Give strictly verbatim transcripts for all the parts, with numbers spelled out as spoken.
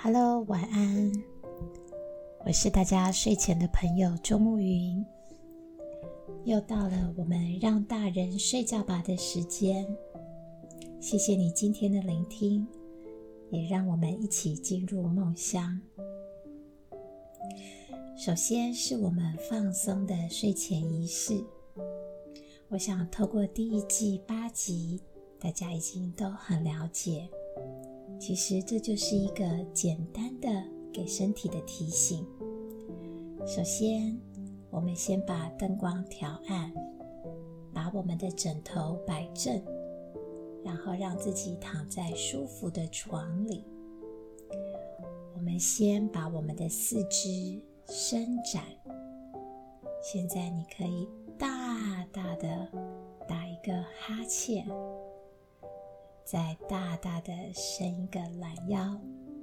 Hello， 晚安，我是大家睡前的朋友周沐云。又到了我们让大人睡觉吧的时间，谢谢你今天的聆听，也让我们一起进入梦乡。首先是我们放松的睡前仪式，我想透过第一季八集，大家已经都很了解，其实这就是一个简单的给身体的提醒。首先我们先把灯光调暗，把我们的枕头摆正，然后让自己躺在舒服的床里。我们先把我们的四肢伸展，现在你可以大大的打一个哈欠，再大大的伸一个懒腰。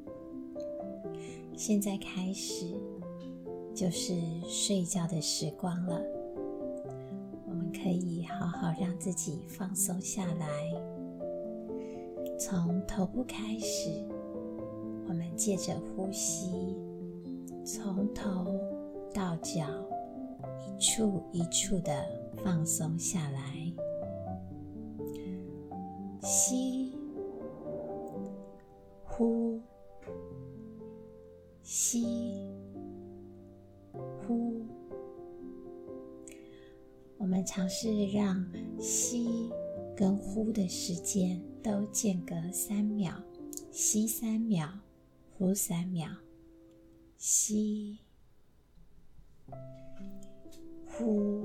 现在开始就是睡觉的时光了，我们可以好好让自己放松下来。从头部开始，我们借着呼吸，从头到脚一处一处的放松下来。吸，呼，吸，呼。我们尝试让吸跟呼的时间都间隔三秒，吸三秒，呼三秒。吸，呼。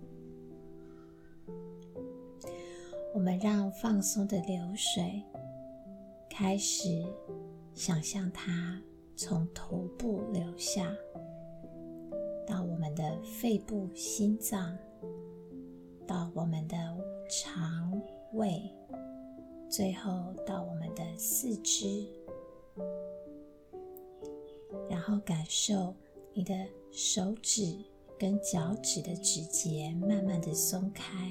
我们让放松的流水开始想象它从头部流下，到我们的肺部、心脏，到我们的肠胃，最后到我们的四肢，然后感受你的手指跟脚趾的指节慢慢的松开，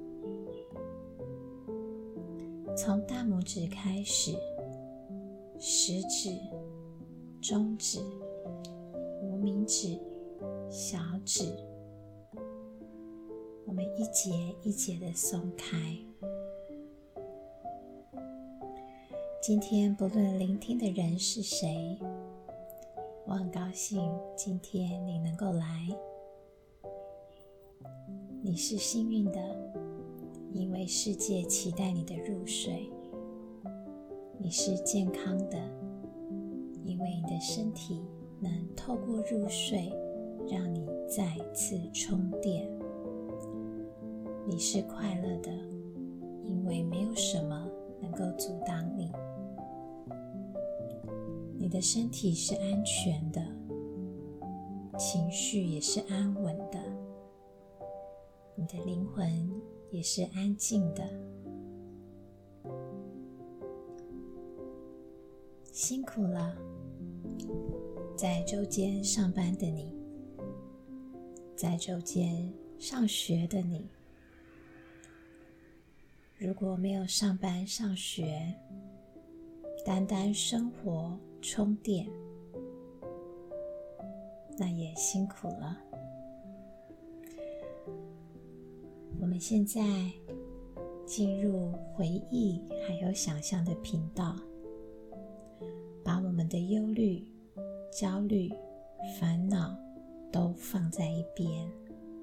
从大拇指开始，食指、中指、无名指、小指，我们一节一节的松开。今天不论聆听的人是谁，我很高兴今天你能够来。你是幸运的，因为世界期待你的入睡。你是健康的，因为你的身体能透过入睡让你再次充电。你是快乐的，因为没有什么能够阻挡你。你的身体是安全的，情绪也是安稳的，你的灵魂也是安静的。辛苦了，在周间上班的你，在周间上学的你。如果没有上班上学，单单生活充电，那也辛苦了。我们现在进入回忆还有想象的频道，把我们的忧虑、焦虑、烦恼都放在一边。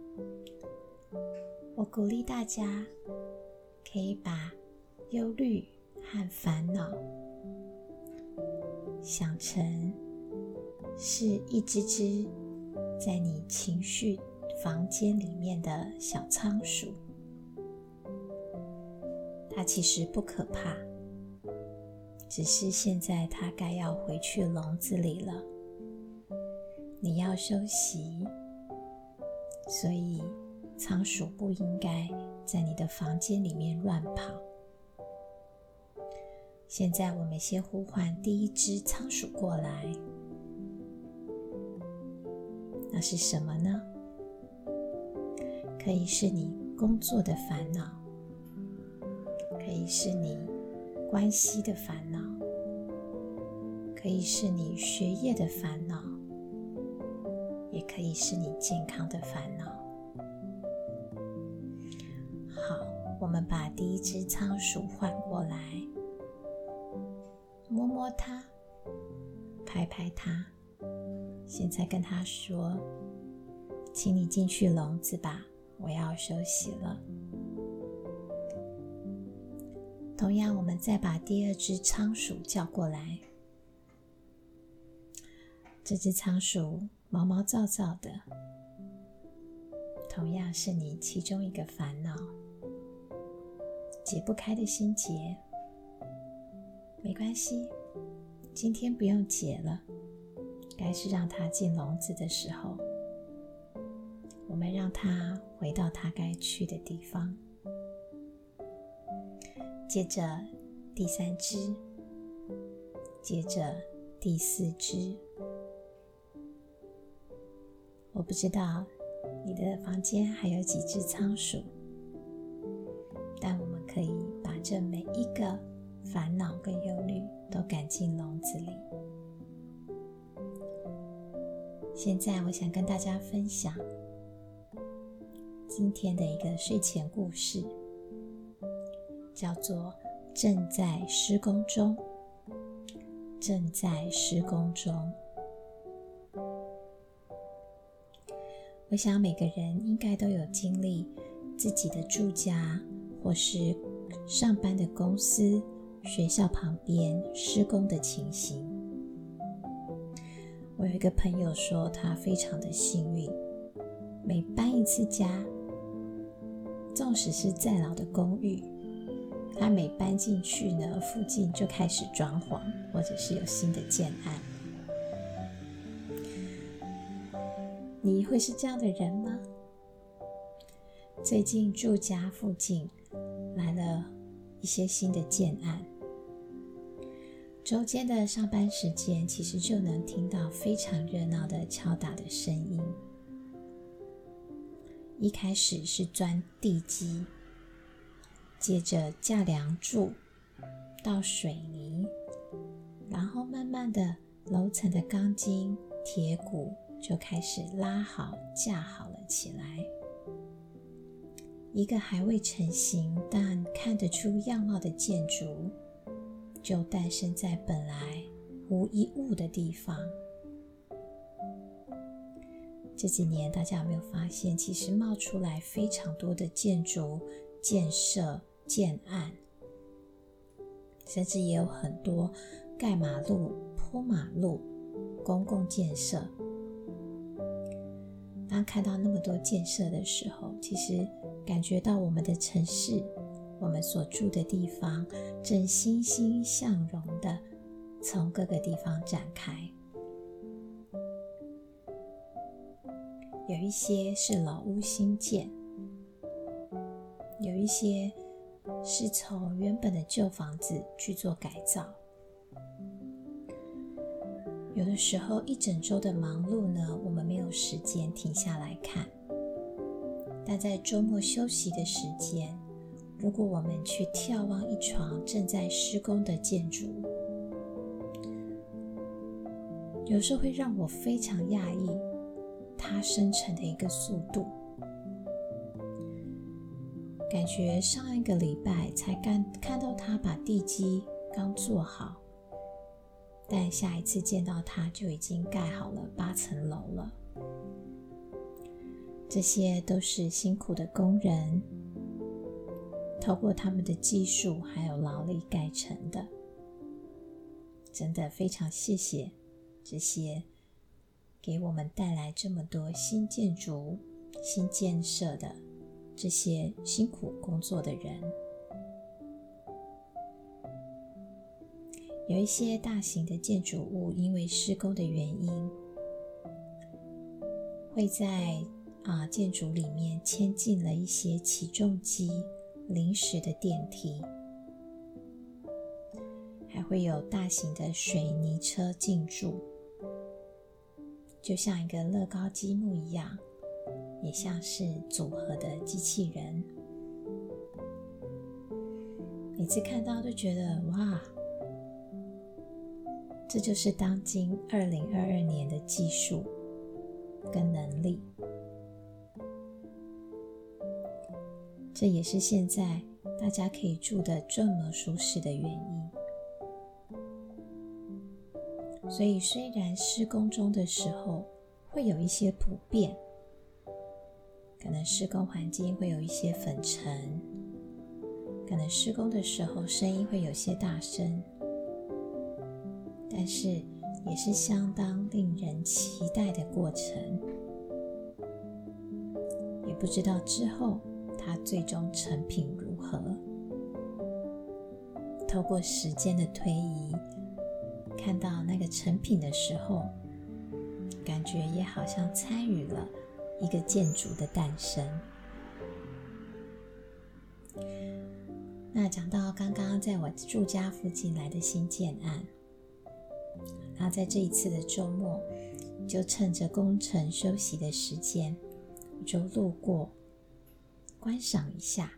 我鼓励大家可以把忧虑和烦恼想成是一只只在你情绪房间里面的小仓鼠，它其实不可怕，只是现在它该要回去笼子里了。你要休息，所以仓鼠不应该在你的房间里面乱跑。现在我们先呼唤第一只仓鼠过来，那是什么呢？可以是你工作的烦恼，可以是你关系的烦恼， 可以是你学业的烦恼，也可以是你健康的烦恼。好，我们把第一只仓鼠换过来，摸摸它，拍拍它，现在跟它说，请你进去笼子吧，我要休息了。同样，我们再把第二只仓鼠叫过来。这只仓鼠毛毛躁躁的，同样是你其中一个烦恼，解不开的心结。没关系，今天不用解了，该是让它进笼子的时候，我们让它回到它该去的地方。接着第三只，接着第四只。我不知道你的房间还有几只仓鼠，但我们可以把这每一个烦恼跟忧虑都赶进笼子里。现在我想跟大家分享今天的一个睡前故事，叫做正在施工中，正在施工中。我想每个人应该都有经历自己的住家或是上班的公司、学校旁边施工的情形。我有一个朋友说他非常的幸运，每搬一次家，纵使是再老的公寓，他每搬进去呢，附近就开始装潢，或者是有新的建案。你会是这样的人吗？最近住家附近来了一些新的建案，周间的上班时间其实就能听到非常热闹的敲打的声音。一开始是钻地基，接着架梁柱，到水泥，然后慢慢的楼层的钢筋、铁骨就开始拉好、架好了起来。一个还未成型但看得出样貌的建筑，就诞生在本来无一物的地方。这几年大家有没有发现，其实冒出来非常多的建筑、建设、建案，甚至也有很多盖马路、铺马路、公共建设。当看到那么多建设的时候，其实感觉到我们的城市，我们所住的地方正欣欣向荣的从各个地方展开。有一些是老屋新建，有一些是从原本的旧房子去做改造。有的时候一整周的忙碌呢，我们没有时间停下来看，但在周末休息的时间，如果我们去眺望一幢正在施工的建筑，有时候会让我非常讶异它生成的一个速度。感觉上一个礼拜才刚看到它把地基刚做好，但下一次见到它就已经盖好了八层楼了。这些都是辛苦的工人，透过他们的技术还有劳力盖成的。真的非常谢谢这些给我们带来这么多新建筑、新建设的这些辛苦工作的人。有一些大型的建筑物因为施工的原因，会在、啊、建筑里面嵌进了一些起重机、临时的电梯，还会有大型的水泥车进驻，就像一个乐高积木一样，也像是组合的机器人。每次看到都觉得哇， 这就是当今二零二二年的技术跟能力，这也是现在大家可以住得这么舒适的原因。所以虽然施工中的时候会有一些不便，可能施工环境会有一些粉尘，可能施工的时候声音会有些大声，但是也是相当令人期待的过程。也不知道之后它最终成品如何。透过时间的推移，看到那个成品的时候，感觉也好像参与了一个建筑的诞生。那讲到刚刚在我住家附近来的新建案，那在这一次的周末，就趁着工程休息的时间，我就路过观赏一下。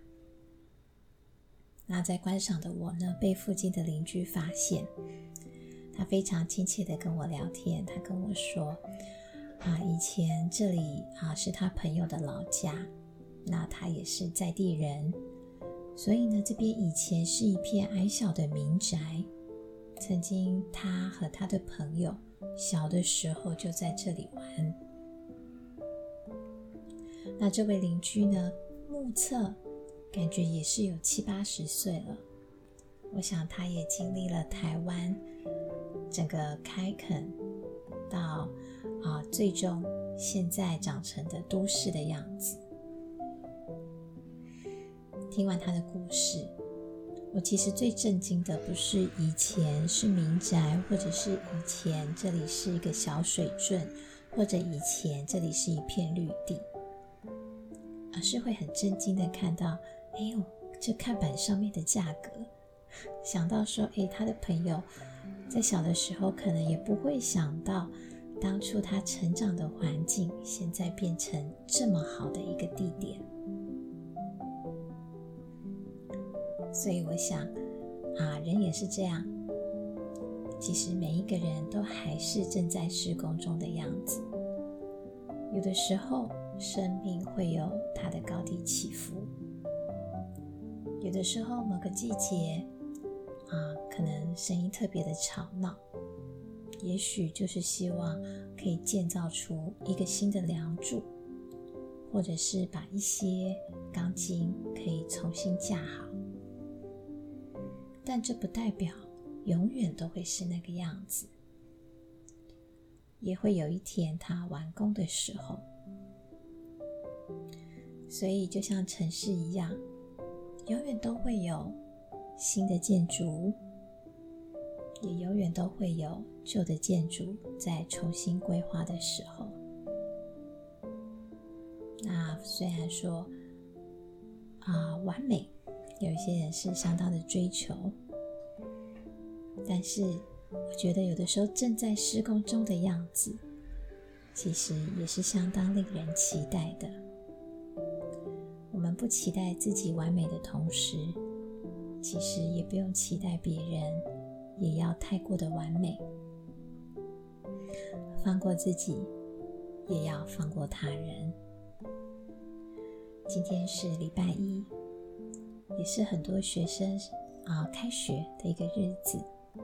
那在观赏的我呢，被附近的邻居发现，他非常亲切的跟我聊天。他跟我说啊，以前这里啊是他朋友的老家，那他也是在地人，所以呢，这边以前是一片矮小的民宅。曾经他和他的朋友小的时候就在这里玩。那这位邻居呢，目测感觉也是有七八十岁了。我想他也经历了台湾整个开垦到啊，最终现在长成的都市的样子。听完他的故事，我其实最震惊的不是以前是民宅，或者是以前这里是一个小水圳，或者以前这里是一片绿地，而是会很震惊的看到，哎呦，这看板上面的价格，想到说，哎，他的朋友在小的时候可能也不会想到，当初他成长的环境现在变成这么好的一个地点。所以我想啊，人也是这样，其实每一个人都还是正在施工中的样子。有的时候生命会有它的高低起伏，有的时候某个季节啊，可能声音特别的吵闹，也许就是希望可以建造出一个新的梁柱，或者是把一些钢筋可以重新架好。但这不代表永远都会是那个样子，也会有一天它完工的时候。所以就像城市一样，永远都会有新的建筑，也永远都会有旧的建筑在重新规划的时候。那虽然说啊、呃，完美有一些人是相当的追求，但是我觉得有的时候正在施工中的样子，其实也是相当令人期待的。我们不期待自己完美的同时，其实也不用期待别人也要太过的完美。放过自己，也要放过他人。今天是礼拜一，也是很多学生啊开学的一个日子。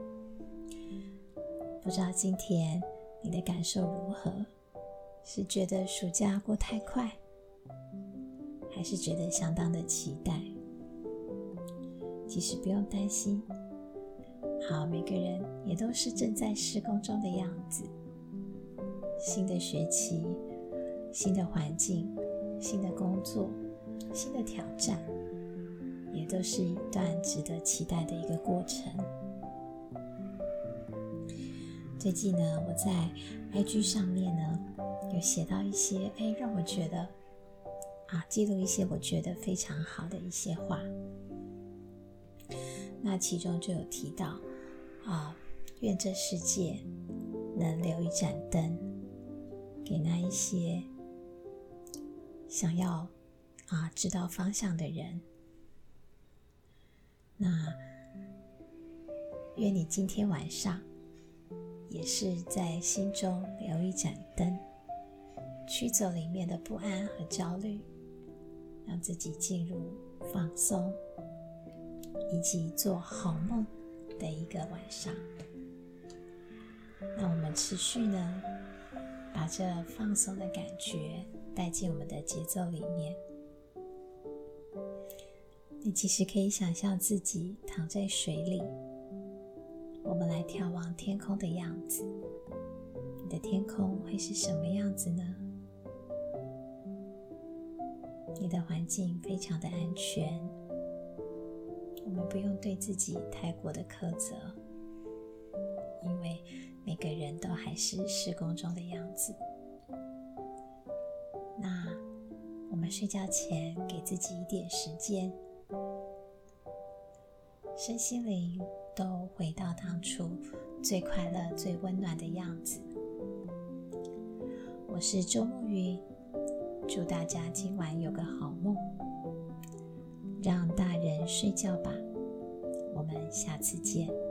不知道今天你的感受如何？是觉得暑假过太快，还是觉得相当的期待？其实不用担心，好，每个人也都是正在施工中的样子。新的学期，新的环境，新的工作，新的挑战，也都是一段值得期待的一个过程。最近呢，我在 I G 上面呢，有写到一些，哎，让我觉得啊，记录一些我觉得非常好的一些话。那其中就有提到啊，愿这世界能留一盏灯，给那一些想要啊知道方向的人。那愿你今天晚上也是在心中留一盏灯，驱走里面的不安和焦虑，让自己进入放松以及做好梦的一个晚上。那我们持续呢，把这放松的感觉带进我们的节奏里面。你其实可以想象自己躺在水里，我们来眺望天空的样子。你的天空会是什么样子呢？你的环境非常的安全，我们不用对自己太过的苛责，因为每个人都还是施工中的样子。那我们睡觉前给自己一点时间，身心灵都回到当初最快乐、最温暖的样子。我是周沐云，祝大家今晚有个好梦，让大人睡觉吧，我们下次见。